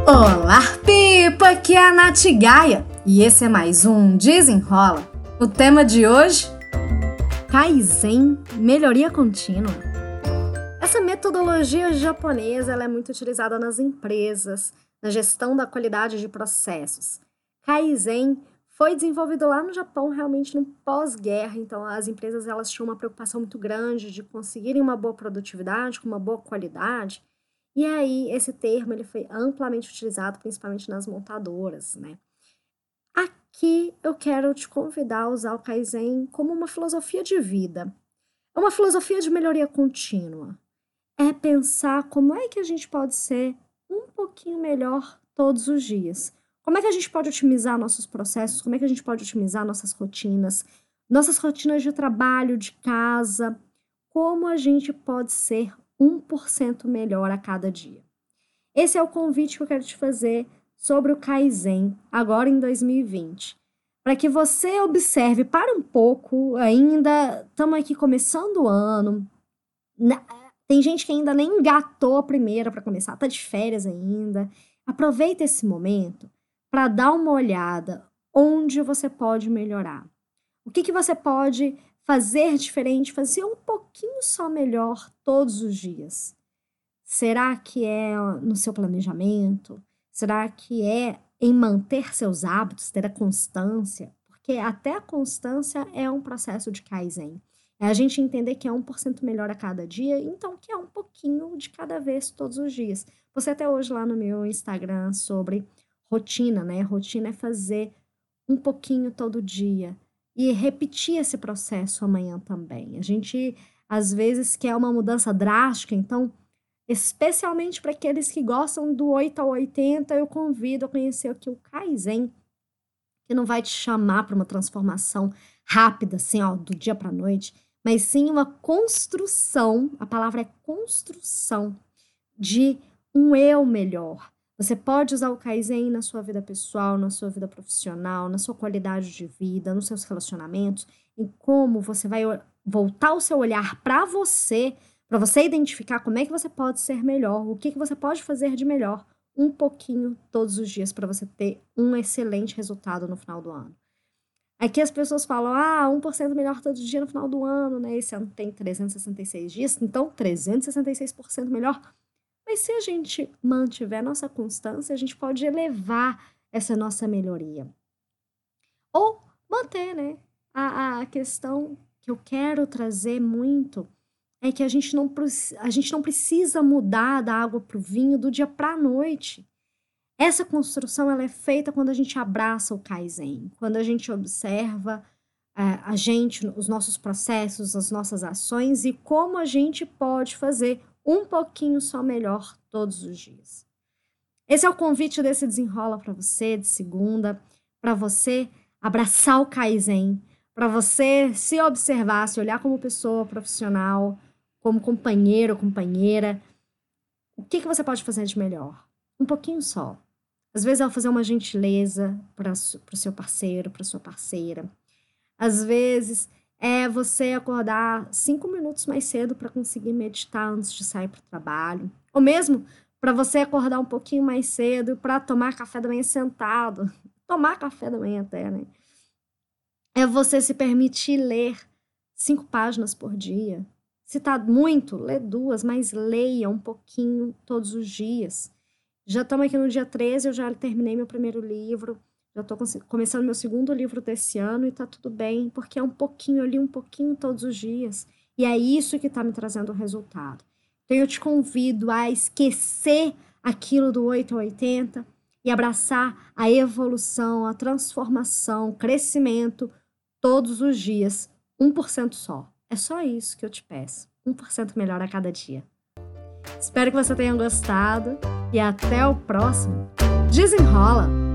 Olá, Pipa! Aqui é a Nath Gaia e esse é mais um Desenrola. O tema de hoje: Kaizen, melhoria contínua. Essa metodologia japonesa ela é muito utilizada nas empresas, na gestão da qualidade de processos. Kaizen foi desenvolvido lá no Japão, realmente no pós-guerra, então as empresas elas tinham uma preocupação muito grande de conseguirem uma boa produtividade, com uma boa qualidade. E aí, esse termo ele foi amplamente utilizado, principalmente nas montadoras, né? Aqui eu quero te convidar a usar o Kaizen como uma filosofia de vida. É uma filosofia de melhoria contínua. É pensar como é que a gente pode ser um pouquinho melhor todos os dias. Como é que a gente pode otimizar nossos processos? Como é que a gente pode otimizar nossas rotinas de trabalho, de casa? Como a gente pode ser 1% melhor a cada dia. Esse é o convite que eu quero te fazer sobre o Kaizen, agora em 2020. Para que você observe, para um pouco, ainda estamos aqui começando o ano, tem gente que ainda nem engatou a primeira para começar, está de férias ainda. Aproveita esse momento para dar uma olhada onde você pode melhorar. O que você pode fazer diferente, fazer um pouquinho só melhor todos os dias? Será que é no seu planejamento? Será que é em manter seus hábitos, ter a constância? Porque até a constância é um processo de Kaizen. É a gente entender que é 1% melhor a cada dia, então que é um pouquinho de cada vez todos os dias. Você até hoje lá no meu Instagram sobre rotina, né? Rotina é fazer um pouquinho todo dia. E repetir esse processo amanhã também. A gente, às vezes, quer uma mudança drástica, então, especialmente para aqueles que gostam do 8 ao 80, eu convido a conhecer aqui o Kaizen, que não vai te chamar para uma transformação rápida, assim, ó, do dia para a noite, mas sim uma construção, a palavra é construção, de um eu melhor. Você pode usar o Kaizen na sua vida pessoal, na sua vida profissional, na sua qualidade de vida, nos seus relacionamentos, em como você vai voltar o seu olhar para você identificar como é que você pode ser melhor, o que você pode fazer de melhor um pouquinho todos os dias para você ter um excelente resultado no final do ano. Aqui as pessoas falam, 1% melhor todo dia no final do ano, né? Esse ano tem 366 dias, então 366% melhor. Mas se a gente mantiver a nossa constância, a gente pode elevar essa nossa melhoria. Ou manter, né? A questão que eu quero trazer muito é que a gente não precisa mudar da água para o vinho do dia para a noite. Essa construção ela é feita quando a gente abraça o Kaizen, quando a gente observa os nossos processos, as nossas ações e como a gente pode fazer um pouquinho só melhor todos os dias. Esse é o convite desse Desenrola para você, de segunda, para você abraçar o Kaizen, para você se observar, se olhar como pessoa profissional, como companheiro ou companheira. O que você pode fazer de melhor? Um pouquinho só. Às vezes é fazer uma gentileza para o seu parceiro, para sua parceira. Às vezes é você acordar 5 minutos mais cedo para conseguir meditar antes de sair para o trabalho. Ou mesmo para você acordar um pouquinho mais cedo para tomar café da manhã sentado. Tomar café da manhã até, né? É você se permitir ler 5 páginas por dia. Se tá muito, lê 2, mas leia um pouquinho todos os dias. Já estamos aqui no dia 13, eu já terminei meu primeiro livro. Já estou começando meu segundo livro desse ano e tá tudo bem, porque é um pouquinho, eu li um pouquinho todos os dias. E é isso que está me trazendo o resultado. Então eu te convido a esquecer aquilo do 8 a 80 e abraçar a evolução, a transformação, o crescimento todos os dias, 1% só. É só isso que eu te peço, 1% melhor a cada dia. Espero que você tenha gostado e até o próximo. Desenrola!